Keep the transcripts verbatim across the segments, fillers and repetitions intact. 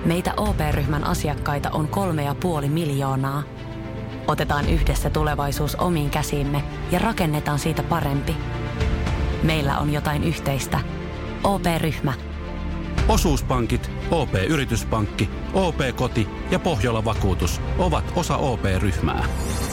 Meitä O P-ryhmän asiakkaita on kolme ja puoli miljoonaa. Otetaan yhdessä tulevaisuus omiin käsiimme ja rakennetaan siitä parempi. Meillä on jotain yhteistä. O P-ryhmä. Osuuspankit, O P-yrityspankki, O P-koti ja Pohjola-vakuutus ovat osa O P-ryhmää.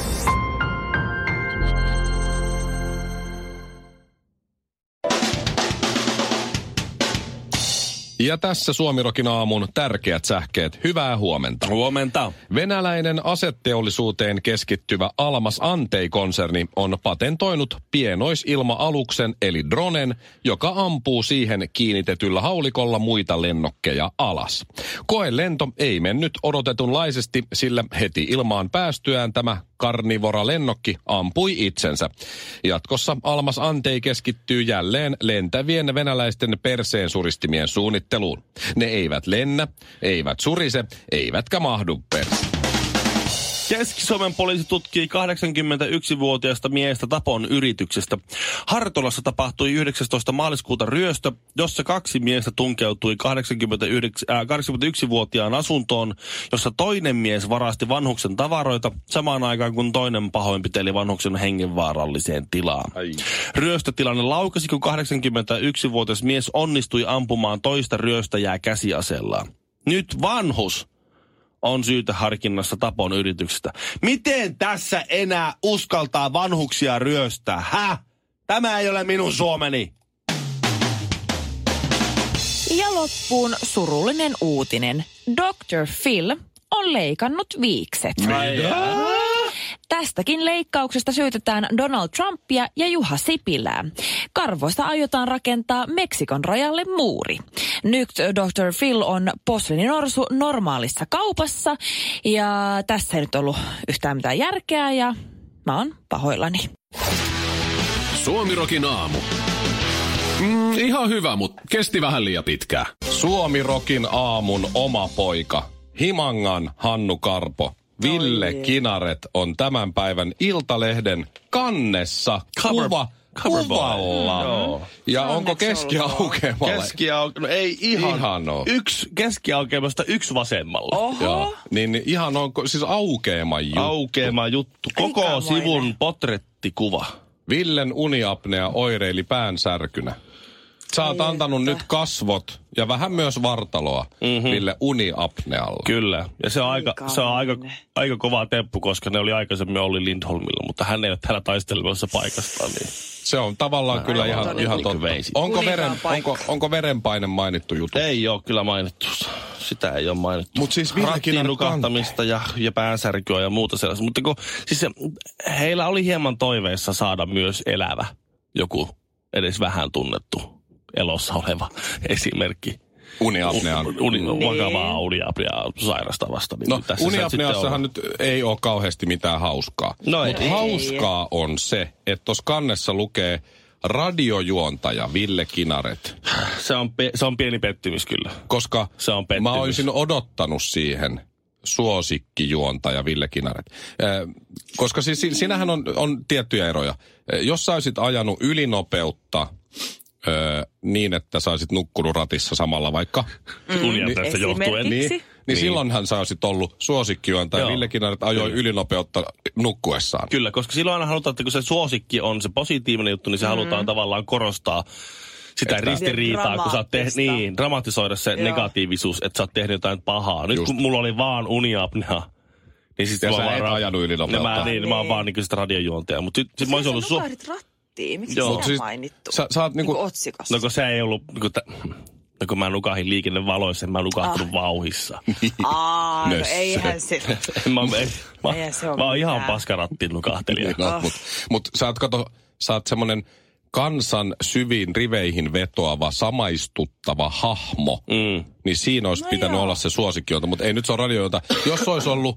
Ja tässä Suomirokin aamun tärkeät sähkeet. Hyvää huomenta. Huomenta. Venäläinen aseteollisuuteen keskittyvä Almas Antey-konserni on patentoinut pienoisilma-aluksen eli dronen, joka ampuu siihen kiinnitetyllä haulikolla muita lennokkeja alas. Koelento ei mennyt odotetunlaisesti, sillä heti ilmaan päästyään tämä karnivora-lennokki ampui itsensä. Jatkossa Almas Antey keskittyy jälleen lentävien venäläisten perseen suristimien suunnitteluun. Ne eivät lennä, eivät surise, eivätkä mahdu perseen. Keski-Suomen poliisi tutkii kahdeksankymmentäyksivuotiaasta miestä tapon yrityksestä. Hartolassa tapahtui yhdeksästoista maaliskuuta ryöstö, jossa kaksi miestä tunkeutui kahdeksankymmentäyksivuotiaan asuntoon, jossa toinen mies varasti vanhuksen tavaroita samaan aikaan kun toinen pahoinpiteli vanhuksen hengenvaaralliseen tilaan. Ai. Ryöstötilanne laukasi, kun kahdeksankymmentäyksivuotias mies onnistui ampumaan toista ryöstäjää käsiaseellaan. Nyt vanhus on syytä harkinnassa tapon yrityksestä. Miten tässä enää uskaltaa vanhuksia ryöstää? Häh? Tämä ei ole minun Suomeni. Ja loppuun surullinen uutinen. doktor Phil on leikannut viikset. Mitä? Tästäkin leikkauksesta syytetään Donald Trumpia ja Juha Sipilää. Karvoista aiotaan rakentaa Meksikon rajalle muuri. Nyt doktor Phil on posliininorsu normaalissa kaupassa ja tässä ei nyt ollut yhtään mitään järkeä ja mä oon pahoillani. Suomirokin aamu. Mm, ihan hyvä, mutta kesti vähän liian pitkään. Suomirokin aamun oma poika, Himangan Hannu Karpo. Ville Kinaret on tämän päivän Iltalehden kannessa Cover, kuva, kuvalla. Joo. Ja onko keskiaukeamalla? Keskiauke... No ei ihan. Ihan on. Yksi keskiaukeamasta, yksi vasemmalla. Oho. Joo. Niin ihan on siis aukeama juttu. Aukeama juttu. Koko Aikamoinen. sivun potrettikuva. Villen uniapnea oireili päänsärkynä. Sä oot antanut nyt kasvot ja vähän myös vartaloa mm-hmm. Ville uniapnealla. Kyllä. Ja se on, aika, se on aika, aika kova temppu, koska ne oli aikaisemmin Olli Lindholmilla, mutta hän ei ole täällä taistelemassa paikastaan. Niin. Se on tavallaan Mä kyllä ihan, ihan totta. Onko, veren, onko, onko verenpaine mainittu jutu? Ei ole kyllä mainittu. Sitä ei ole mainittu. Mut siis rattiin nukahtamista ja, ja päänsärkyä ja muuta sellaista. Mutta kun, siis se, heillä oli hieman toiveissa saada myös elävä joku edes vähän tunnettu elossa oleva esimerkki. Uniapnean. Uni, vakavaa uniapneaa sairastavasta. Niin no uniapneassahan nyt ei ole kauheasti mitään hauskaa. No mutta hauskaa on se, että tuossa kannessa lukee radiojuontaja Ville Kinaret. Se on, pe- se on pieni pettymys kyllä. Koska se on pettymys. Mä olisin odottanut siihen suosikkijuontaja Ville Kinaret. Eh, koska siis siinähän on, on tiettyjä eroja. Eh, jos sä olisit ajanut ylinopeutta Öö, niin, että sä olisit nukkunut ratissa samalla vaikka. Mm. Uniapneasta johtuen. Niin, niin, niin silloinhan sä olisit ollut suosikkijuontaja. Ville Kinaret ajoi ylinopeutta nukkuessaan. Kyllä, koska silloin aina halutaan, että kun se suosikki on se positiivinen juttu, niin se mm. halutaan tavallaan korostaa sitä että ristiriitaa, kun sä oot tehnyt, niin, dramatisoida se Joo. negatiivisuus, että sä oot tehnyt jotain pahaa. Nyt Just. kun mulla oli vaan uniapnea, niin siis ja mä sä vaan et ra- ajanut ylinopeutta. Mä, niin, niin. mä oon vaan niin sitä radiojuontaja. Mutta sit, sit mä olisin ollut su- Miksi Joo. se siis, mainittu? Sä, sä oot niinku, niinku otsikossa. No kun se ei ollut, niinku t- no kun mä nukahin liikennevaloissa, mä nukahtunut ah. vauhissa. Aa, no eihän se. mä, ei, mä, eihän se mä oon ihan paskarattiin nukahtelija. no, oh. Mutta mut, sä oot, kato, sä oot semmonen kansan syviin riveihin vetoava, samaistuttava hahmo. Mm. Niin siinä olisi no pitänyt joo. olla se suosikkijuonta, mutta ei nyt se ole radiojuonta. Jos olisi ollut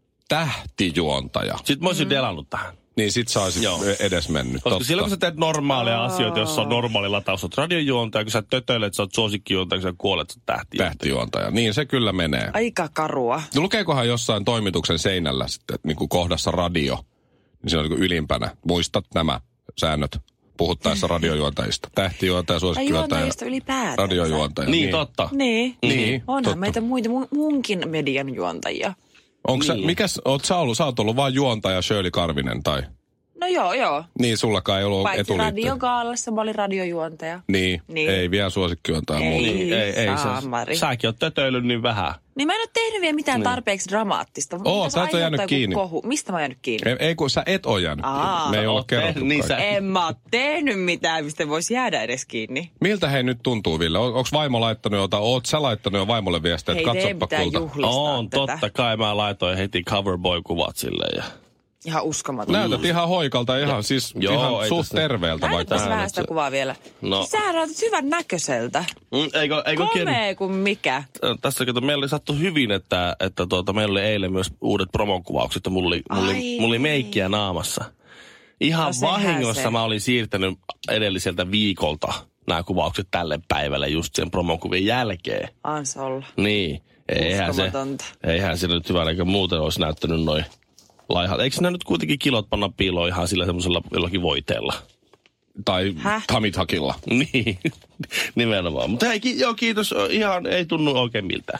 tähtijuontaja. Sitten mä olisin mm. delannut tähän. Niin sit sä olisit edes mennyt. Koska totta. silloin kun sä teet normaaleja asioita, jos on normaali lataus, oot radiojuontaja, kun sä tötöilet, sä oot suosikkijuontaja, kun sä kuolet, sä oot tähtijuontaja. Tähtijuontaja. Niin se kyllä menee. Aika karua. No lukeekohan jossain toimituksen seinällä sitten, niin kuin kohdassa radio, niin se on niin kuin ylimpänä. Muistat nämä säännöt puhuttaessa radiojuontajista. Tähtijuontaja, suosikkijuontaja. Juontajista ylipäätään. Radiojuontaja. Niin, totta. Niin. Niin, Onhan totta. meitä muita, mun, munkin median juontajia. Onko Niin. sä, mikäs, oot sä ollut, sä oot ollut vaan juontaja Shirley Karvinen, tai? No joo, joo. Niin, sullakaan ei ollut Paitsi etuliittoja. radiokaalassa mä olin radiojuontaja. Niin, Niin. ei vielä suosikkijuontaja Ei. muuta. Niin, ei, ei Saamari. sä, säkin oot tötöillyt niin vähän. Niin mä en ole tehnyt vielä mitään tarpeeksi dramaattista. Oo, Mitäs sä et ole jäänyt aiheuttaa joku kiinni. Kohu? Mistä mä oon jäänyt kiinni? Ei, ei kun sä et ole jäänyt. Aa. Me ei olla Oot kerrottu tehnyt, niin kaikki. sä- En mä oo tehnyt mitään, mistä voisi jäädä edes kiinni. Miltä hei nyt tuntuu, Ville? On, onko vaimo laittanut jota? Oot sä laittanut jo vaimolle viestiä, että Hei, teidän katsoppa pitää kulta? juhlistaa On, tätä. totta kai mä laitoin heti Coverboy-kuvat silleen. Ja... Ihan uskomatonta. Näytät ihan hoikalta, ihan, siis Joo, ihan ei suht tässä- terveeltä. Vaikka Näytäpäs vähän nyt sitä se- kuvaa vielä. No. No. Sä näytät hyvän näköiseltä. Mm, eikö, eikö ken... Komea kuin mikä. Tässä kato, meillä oli sattu hyvin, että, että tuota, meillä oli eilen myös uudet promokuvaukset ja mulla oli, mulla oli, Ai mulla oli niin. meikkiä naamassa. Ihan No sehän vahingossa se. mä olin siirtänyt edelliseltä viikolta nämä kuvaukset tälle päivälle just sen promokuvien jälkeen. Ans olla. Niin, eihän se, Uskomatonta. eihän se nyt hyvän eikä muuten olisi näyttänyt noin laihat. Eikö nämä nyt kuitenkin kilot panna piiloon ihan sillä semmoisella jollakin voiteella? Tai Häh? Tamithakilla. Niin, nimenomaan. Mutta hei, ki- joo, kiitos. Ihan ei tunnu oikein miltään.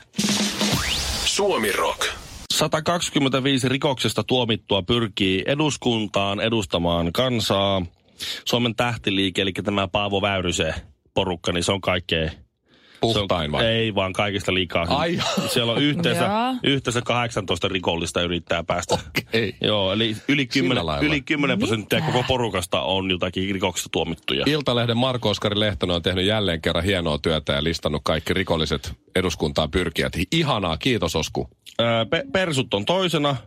Suomi Rock. sata kaksikymmentäviisi rikoksesta tuomittua pyrkii eduskuntaan edustamaan kansaa. Suomen tähtiliike, eli tämä Paavo Väyrysen porukka, niin se on kaikkein... Puhtain vai? Ei, vaan kaikista liikaa. Ai. Siellä on yhteensä, Joo. yhteensä kahdeksantoista rikollista yrittää päästä. Ei. Joo, eli yli kymmenen, lailla. yli kymmenen prosenttia koko porukasta on jotakin rikoksista tuomittuja. Iltalehden Marko-Oskari Lehtonen on tehnyt jälleen kerran hienoa työtä ja listannut kaikki rikolliset eduskuntaan pyrkijät. Ihanaa, kiitos Osku. Öö, pe- persut on toisena.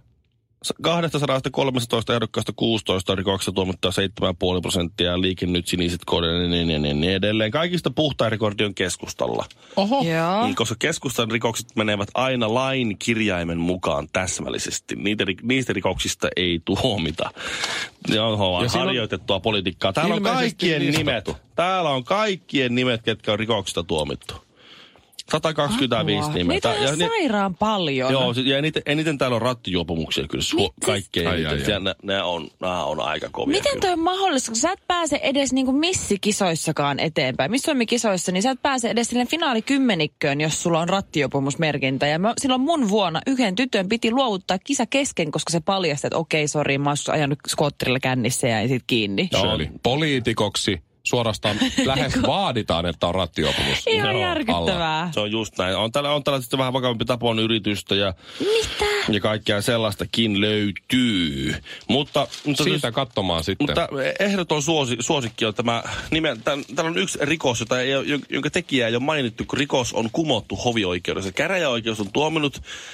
kaksisataakolmetoista ehdokkaasta kuusitoista rikoksesta tuomittaa seitsemän pilkku viisi prosenttia, Liike Nyt, Siniset Kohdat ja niin, niin, niin, niin edelleen. Kaikista puhtain rekordi on keskustalla. Oho. Joo. Niin, koska keskustan rikokset menevät aina lain kirjaimen mukaan täsmällisesti. Niitä, niistä rikoksista ei tuomita. Ne on vaan siinä on harjoitettua politiikkaa. Täällä on ilmeisesti kaikkien listattu. nimet. Täällä on kaikkien nimet, ketkä on rikoksista tuomittu. sata kaksikymmentäviisi Apua. nimeä. Niitä on Ja ihan ni- sairaan paljon. Joo, sit- ja eniten, eniten täällä on rattijuopumuksia kyllä. Su- Mit- kaikkein Ai, eniten. ai, ai. Ne, ne, on, nämä on aika kovia. Miten kyllä. toi on mahdollista, kun sä et pääse edes niinku missikisoissakaan eteenpäin. Missä Suomi-kisoissa, niin sä et pääse edes sille finaalikymmenikköön, jos sulla on rattijuopumusmerkintä. Ja mä, silloin mun vuonna yhden tytön piti luovuttaa kisa kesken, koska se paljasti, että okei, sori, mä oon ajanut skootterilla kännissä ja sit kiinni. Shirley, poliitikoksi suorastaan lähes vaaditaan, että on rattijuopumus. Ihan Joo, järkyttävää. Se on just näin. On täällä, on täällä sitten vähän vakavampi tapon yritystä ja, Mitä? ja kaikkea sellaistakin löytyy. Mutta, mutta, Siitä katsomaan sitten. mutta ehdoton suosi, suosikki on tämä, nime, tämän, täällä on yksi rikos, jota ei, ole- jonka tekijä ei ole mainittu, kun rikos on kumottu hovioikeudessa. Käräjäoikeus on tuominut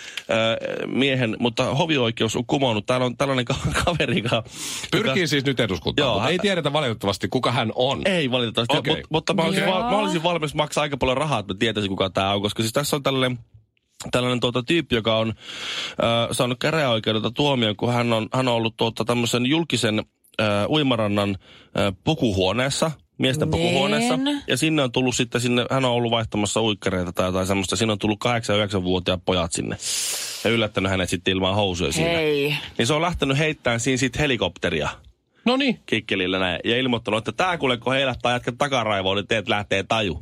äh, miehen, mutta hovioikeus on kumonnut. Täällä on tällainen ka- kaveri, joka... Pyrkii joka- siis nyt eduskuntaan, Joo, mutta hän- ei tiedetä valitettavasti, kuka hän on. Ei valitettavasti, Okei. okay. Mut, mutta mä olisin, Joo. val, mä olisin valmis maksaa aika paljon rahaa, että mä tietäisin, kuka tämä on. Koska siis tässä on tällainen, tällainen tuota, tyyppi, joka on äh, saanut käräjäoikeudelta tuomion, kun hän on, hän on ollut tuota, tämmöisen julkisen äh, uimarannan äh, pukuhuoneessa, miesten Niin. pukuhuoneessa. Ja sinne on tullut sitten, sinne, hän on ollut vaihtamassa uikkareita tai jotain semmoista. Sinne on tullut kahdeksan yhdeksän vuotiaat pojat sinne. Ja yllättänyt hänet sitten ilman housuja siinä. Hei. Niin se on lähtenyt heittämään siinä sitten helikopteria. No niin. Kikkelillä näin. Ja ilmoittanut, että tää kuule, kun heilähtää jätkät takaraivoon, niin teet lähtee taju.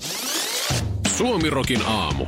Suomi Rockin aamu.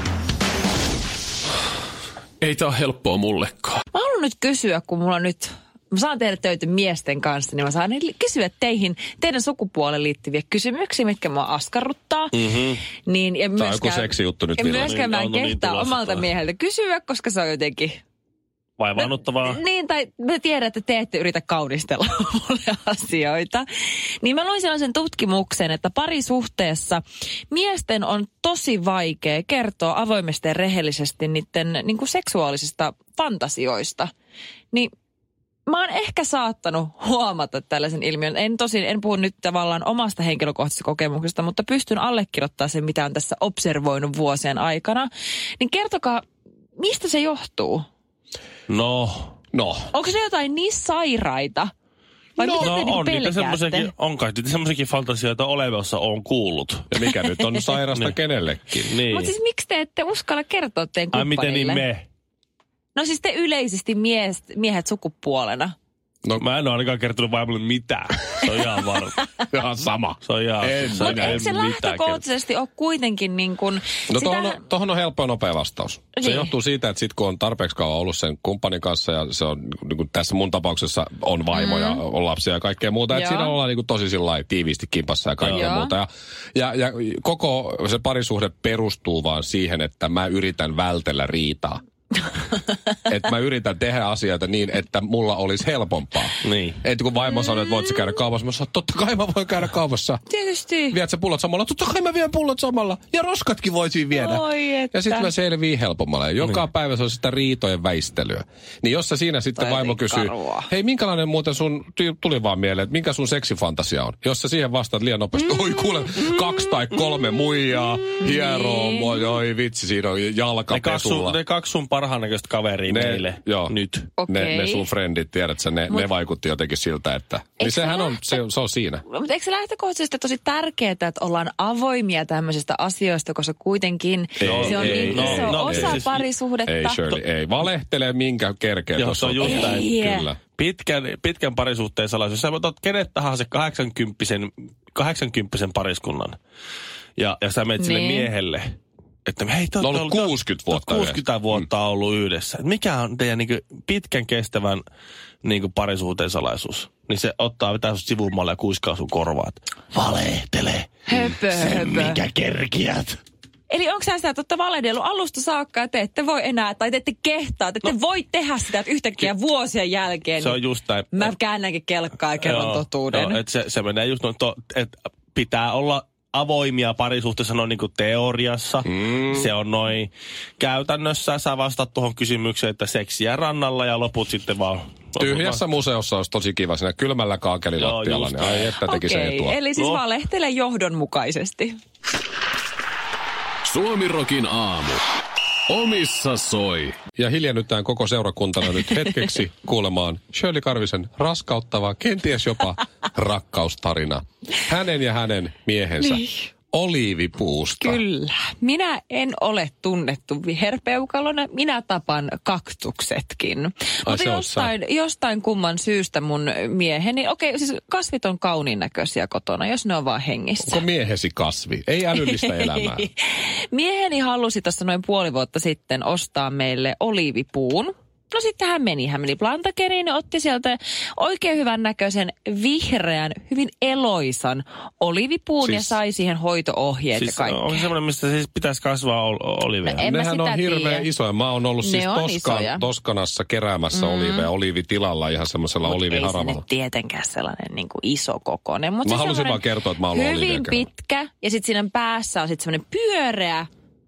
Ei tää ole helppoa mullekaan. Mä haluan nyt kysyä, kun mulla nyt... Mä saan tehdä töitä miesten kanssa, niin mä saan kysyä teihin, teidän sukupuoleen liittyviä kysymyksiä, mitkä mua askarruttaa. Mm-hmm. Niin, ja Tää on joku seksijuttu nyt, ja Ville. myöskään mä en Niin, on, no niin, kehtaa tulossa omalta toi. mieheltä kysyä, koska se on jotenkin... Vaivaannuttavaa. Niin, tai mä tiedän, että te ette yritä kaunistella mulle asioita. Niin mä luin sellaisen tutkimuksen, että parisuhteessa miesten on tosi vaikea kertoa avoimesti ja rehellisesti niiden niin kuin seksuaalisista fantasioista. Niin mä oon ehkä saattanut huomata tällaisen ilmiön. En tosin, en puhu nyt tavallaan omasta henkilökohtaisesta kokemuksesta, mutta pystyn allekirjoittamaan sen, mitä on tässä observoinut vuosien aikana. Niin kertokaa, mistä se johtuu? No, No. Onko se jotain niin sairaita? Vai no, mitä te no niinku on, niitä pelkäätte? semmoisiakin, on kai niitä semmoisiakin fantasioita olevassa on kuullut. Ja mikä nyt on sairasta Niin. kenellekin? Niin. Mutta siis miksi te ette uskalla kertoa teidän Ai miten kumppanille? niin me? No siis te yleisesti mies, miehet sukupuolena. No, mä en ole ainakaan kertonut vaimolle mitään. Se on ihan varma. Ihan sama. Se on ihan... En, se Mutta eikö se lähtökohtaisesti ole kuitenkin niin kuin... No sitähän... tohon, on, tohon on helppo ja nopea vastaus. Niin. Se johtuu siitä, että sit kun on tarpeeksi kauan ollut sen kumppanin kanssa ja se on, niin kuin tässä mun tapauksessa on vaimo mm. ja on lapsia ja kaikkea muuta. Että siinä ollaan niin kuin tosi sillai tiiviisti kimpassa ja kaikkea Joo. muuta. Ja, ja, ja koko se parisuhde perustuu vaan siihen, että mä yritän vältellä riitaa. Että mä yritän tehdä asioita niin, että mulla olisi helpompaa. Niin. Että kun vaimo sanoo, että voit sä käydä kaupassa, mä sanon, totta kai mä voin käydä kaupassa. Tietysti. Viet sä pullot samalla? Totta kai mä vien pullot samalla. Ja roskatkin voisin viedä. Oi, että. Ja sitten mä selviin helpommalla. Ja joka niin. päivä se on sitä riitojen väistelyä. Niin jos sä siinä sitten tai vaimo kysyy, karua. Hei minkälainen muuten sun, tuli vaan mieleen, että minkä sun seksifantasia on? Jos sä siihen vastaat liian nopeasti, mm. oi kuule, kaksi tai kolme muijaa, hieroo, mm. oi vitsi, siinä on jalkapesulla. Ne kaksi sun parhaan näköistä kaveria ne, meille joo, nyt. Okay. Ne, ne sun friendit, tiedät sä, ne, Mut, ne vaikutti jotenkin siltä, että... Niin sehän on, se, se on siinä. Mutta eikö se lähtökohtaisesti tosi tärkeää, että ollaan avoimia tämmöisistä asioista, koska kuitenkin ei, se on ei, niin no, iso no, osa ei, parisuhdetta. Ei Shirley, ei. Valehtelee minkä kerkeä tuossa on. Just näin. Kyllä. Pitkän, pitkän parisuhteen salaisuus. Sä otat kenet tahansa kahdeksankymppisen, kahdeksankymppisen pariskunnan ja, ja sä menet niin. sille miehelle. Että hei, te olette ollut kuusikymmentä vuotta, kuusikymmentä vuotta ollut yhdessä. Mikä on teidän niin kuin, pitkän kestävän niin kuin parisuhteen salaisuus? Niin se ottaa vetää sun sivumalle ja kuiskaa sun korvaat. Valehtele. Höpö, Sen, höpö. mikä kerkiät. Eli onko sä sitä, että olette valedellut alusta saakka, että te ette voi enää, tai te ette kehtaa, että te no. voi tehdä sitä, että yhtäkkiä Ki- vuosien jälkeen. Se on just näin. Mä käännänkin kelkkaa ja kerron joo, totuuden. Joo, että se, se menee just noin, että pitää olla avoimia parisuhteessa noin niin kuin teoriassa. Mm. Se on noin käytännössä. Sä vastaat tuohon kysymykseen, että seksiä rannalla ja loput sitten vaan... Tyhjässä museossa olisi tosi kiva siinä kylmällä kaakelilattialla. Niin ai että teki okay, se etua. Eli siis no. valehtele johdonmukaisesti. Suomirokin aamu. Omissa soi. Ja hiljennytään koko seurakuntana nyt hetkeksi kuulemaan Shirley Karvisen raskauttava, kenties jopa rakkaustarina. Hänen ja hänen miehensä niin. oliivipuusta. Kyllä. Minä en ole tunnettu viherpeukalona. Minä tapan kaktuksetkin. Ai, mutta jostain, jostain kumman syystä mun mieheni, okei okay, siis kasvit on kauniin näköisiä kotona, jos ne on vaan hengissä. Onko miehesi kasvi? Ei älyllistä elämää. Mieheni halusi tuossa noin puoli vuotta sitten ostaa meille oliivipuun. No sitten hän meni, hän meni Plantakeriin ja otti sieltä oikein hyvän näköisen vihreän, hyvin eloisan oliivipuun siis, ja sai siihen hoito-ohjeet siis ja kaikkea. On semmoinen, mistä siis pitäisi kasvaa ol- oliveja? No, nehän on hirveän tiedä. isoja. Mä oon ollut ne siis Toskan, Toskanassa keräämässä mm. oliiveja oliivitilalla ihan semmoisella oliiviharavalla. Ei se nyt tietenkään sellainen niin kuin iso kokoinen. Mut mä halusin vaan kertoa, että mä oon ollut hyvin pitkä ja sitten siinä päässä on sitten semmoinen pyöreä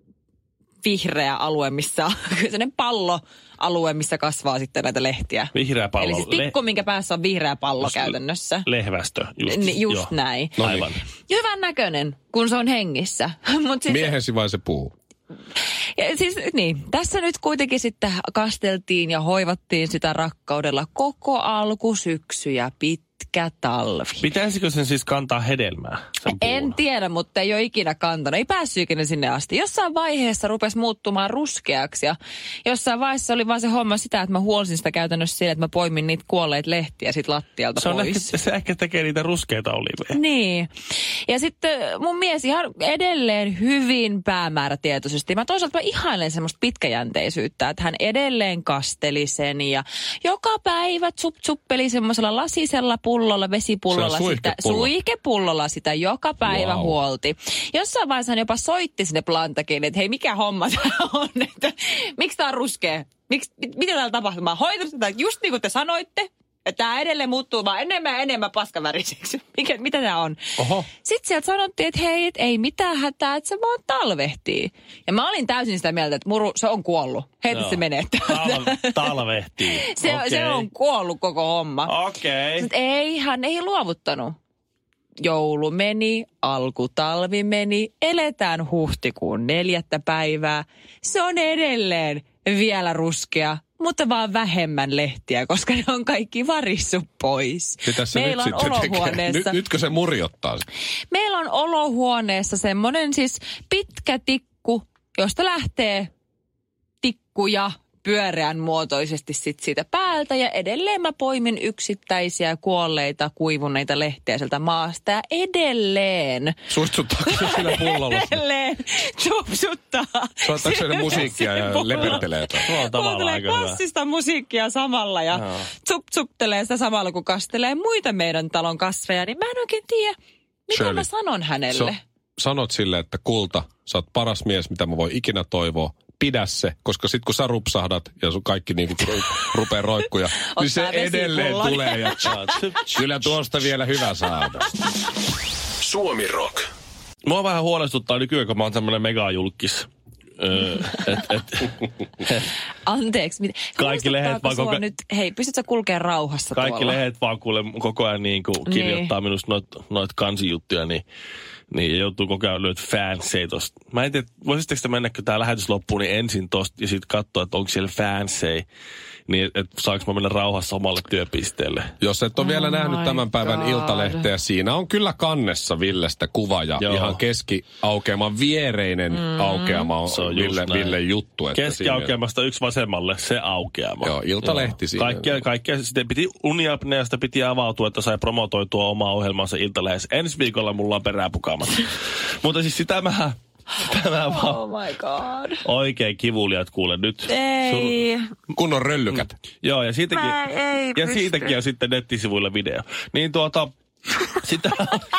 vihreä alue, missä on sellainen palloalue, missä kasvaa sitten näitä lehtiä. Vihreä pallo. Eli siis tikku, Le- minkä päässä on vihreä pallo Just käytännössä. Lehvästö. Just, Ni, just näin. No aivan. Hyvän näköinen, kun se on hengissä. Mut sit, miehesi vai se puu? Ja siis niin, tässä nyt kuitenkin sitten kasteltiin ja hoivattiin sitä rakkaudella koko alkusyksy ja pitkä talvi. Pitäisikö sen siis kantaa hedelmää? En tiedä, mutta ei ole ikinä kantanut. Ei päässyt ikinä sinne asti. Jossain vaiheessa rupesi muuttumaan ruskeaksi ja jossain vaiheessa oli vaan se homma sitä, että mä huolsin sitä käytännössä sillä, että mä poimin niitä kuolleita lehtiä sit lattialta se pois. Ehkä, se ehkä tekee niitä ruskeita oliveja. Niin. Ja sitten mun mies ihan edelleen hyvin päämäärätietoisesti. Mä toisaalta mä ihailen semmoista pitkäjänteisyyttä, että hän edelleen kasteli sen ja joka päivä tsup-tsuppeli semmoisella lasisella pullolla, vesipullolla, sitä, suihkepullolla sitä joka päivä wow. huolti. Jossain vaiheessa hän jopa soitti sinne Plantakin, että hei, mikä homma tämä on, että miksi tämä on ruskea? Miks, mit, mitä täällä tapahtuu? Mä hoitan sitä just niin kuin te sanoitte, että tämä edelleen muuttuu vaan enemmän ja enemmän paskaväriseksi. Mikä, mitä tämä on? Oho. Sitten sieltä sanottiin, että hei, et ei mitään hätää, että se vaan talvehtii. Ja mä olin täysin sitä mieltä, että muru, se on kuollut. Heitä se menee. Tal- talvehtii. se, okay. se on kuollut koko homma. Okei. Okay. Ei, hän ei luovuttanut. Joulu meni, alkutalvi meni, eletään huhtikuun neljättä päivää. Se on edelleen vielä ruskea, mutta vaan vähemmän lehtiä, koska ne on kaikki varissu pois. Meillä on olohuoneessa... Nyt, nytkö se murjottaa? Meillä on olohuoneessa semmoinen siis pitkä tikku, josta lähtee tikkuja pyöreän muotoisesti sit siitä päältä ja edelleen mä poimin yksittäisiä kuolleita, kuivuneita lehtiä sieltä maasta ja edelleen. Suitsuttaako se sillä pullolla? Edelleen tupsuttaa. Soittaako se musiikkia ja lepertelee? Kuuntelee klassista musiikkia samalla ja no. tsup-tsuptelee sitä samalla, kun kastelee muita meidän talon kasveja, niin mä en oikein tiedä, mitä Shirley, mä sanon hänelle. So, sanot sille, että kulta, sä oot paras mies, mitä mä voi ikinä toivoa. Pidä se, koska sit kun sä rupsahdat ja sun kaikki niinku rupee roikkuja, niin se edelleen tulee ja kyllä tuosta vielä hyvä saada. Suomi Rock. Mua vähän huolestuttaa nykyään, kun mä oon tämmönen megajulkis. Öö, et, et, et. Anteeksi, mit, kaikki lehdet vaan koko... nyt, hei, pystyt sä kulkea rauhassa kaikki tuolla? Lehdet vaan kuule koko ajan niin kuin kirjoittaa niin. minusta noit, noit kansijuttuja, niin, niin joutuu koko ajan lyöt fansseja tosta. Mä en tiedä, voisitteko te mennä, kun tää lähetys loppuu, niin ensin tosta ja sitten katsoa, että onko siellä fansseja. Niin, että et saanko mä mennä rauhassa omalle työpisteelle. Jos et ole oh vielä nähnyt tämän päivän God. iltalehteä, siinä on kyllä kannessa Villestä kuva ja Joo. ihan keskiaukeaman viereinen mm. aukeama on, on Ville, Ville juttu. Keskiaukeamasta yksi vasemmalle, se aukeama. Joo, iltalehti siinä. Kaikkea, kaikkea sitten piti uniapneasta piti avautua, että sai promotoitua omaa ohjelmansa iltalehdessä. Ensi viikolla mulla on perää pukaamassa. Mutta siis sitä mä... Tämä oh my God. Oikein kivuliat kuule nyt. Ei. Sur... Kunnon röllykät. Mm. Joo, ja siitäkin, ja siitäkin on sitten nettisivuilla video. Niin tuota, sitä...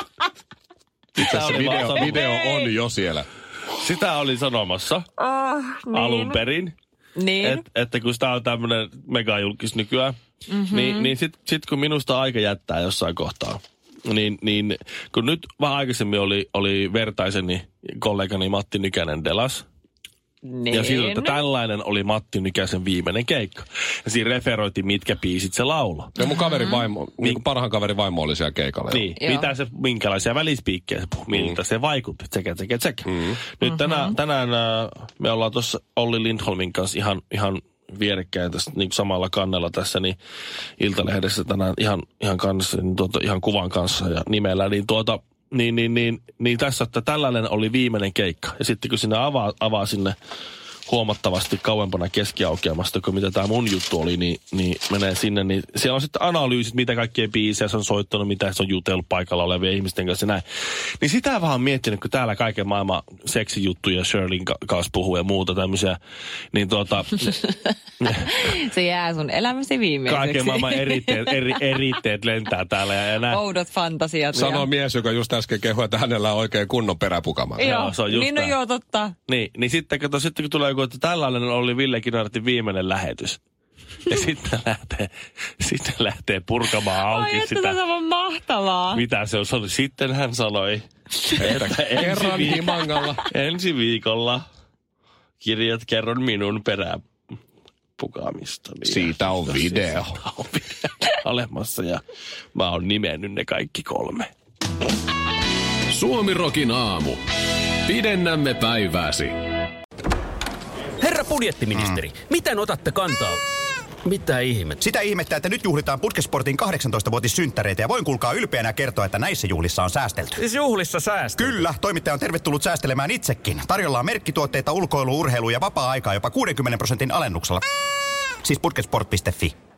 sitä se video, video on jo siellä. Sitä olin sanomassa oh, niin. alun perin. Niin. Et, että kun sitä on tämmöinen megajulkis nykyään, mm-hmm. niin, niin sitten sit kun minusta aika jättää jossain kohtaa. Niin, niin kun nyt vähän aikaisemmin oli, oli vertaiseni kollegani Matti Nykänen Delas. Niin. Ja siitä, että tällainen oli Matti Nykäsen viimeinen keikka. Ja siinä referoitiin, mitkä biisit se lauloi. Ja mun kaverin vaimo, mm. niin parhaan kaverin vaimo oli siellä keikalla. Niin, joo. Mitä se, minkälaisia välispiikkejä se puhui, miltä mm. se vaikutti, tsekä, tsekä, tsekä. Mm. Nyt mm-hmm. tänään, tänään me ollaan tuossa Olli Lindholmin kanssa ihan, ihan vierekkäin tässä niin samalla kannella tässä, niin Iltalehdessä tänään ihan, ihan kanssa, niin tuota, ihan kuvan kanssa ja nimellä, niin tuota, niin, niin, niin, niin tässä, että tällainen oli viimeinen keikka. Ja sitten kun sinne avaa, avaa sinne huomattavasti kauempana keskiaukeamasta, kuin mitä tämä mun juttu oli, niin, niin menee sinne, niin siellä on sitten analyysit, mitä kaikkia biisejä se on soittanut, mitä se on jutellut paikalla olevien ihmisten kanssa ja näin. Niin sitä vähän miettinyt, kun täällä kaiken maailman seksijuttuja Shirleyn kanssa puhuu ja muuta tämmöisiä, niin tuota... se jää sun elämäsi viimeiseksi. Kaiken maailman eritteet, eri, eritteet lentää täällä ja, ja näin. Oudot fantasiat. Sanoo mies, joka just äsken kehui, että hänellä on oikein kunnon peräpukama. Joo, se on just niin no joo, totta. Niin, niin sitten, kato, sitten kun tulee joku, että tällainen oli Ville Kinartin viimeinen lähetys. Ja sitten lähtee, sitten lähtee purkamaan auki Ai, sitä. Ai, että se on mahtavaa. Mitä se on? Sitten hän sanoi, että kerran himangalla. Ensi viikolla kirjat kerron minun peräpukaamista. Siitä on video. Siitä on video olemassa ja mä oon nimennyt ne kaikki kolme. Suomi Rockin aamu. Pidennämme päivääsi. Herra budjettiministeri, mm. miten otatte kantaa? Mitä ihmettä? Sitä ihmettä, että nyt juhlitaan Putkesportin kahdeksantoista-vuotissynttäreitä ja voin kuulkaa ylpeänä kertoa, että näissä juhlissa on säästelty. Siis juhlissa säästelty? Kyllä, toimittaja on tervetullut säästelemään itsekin. Tarjolla on merkkituotteita, ulkoilu, urheilu ja vapaa-aikaa jopa kuudenkymmenen prosentin alennuksella. Siis putkesport piste fi.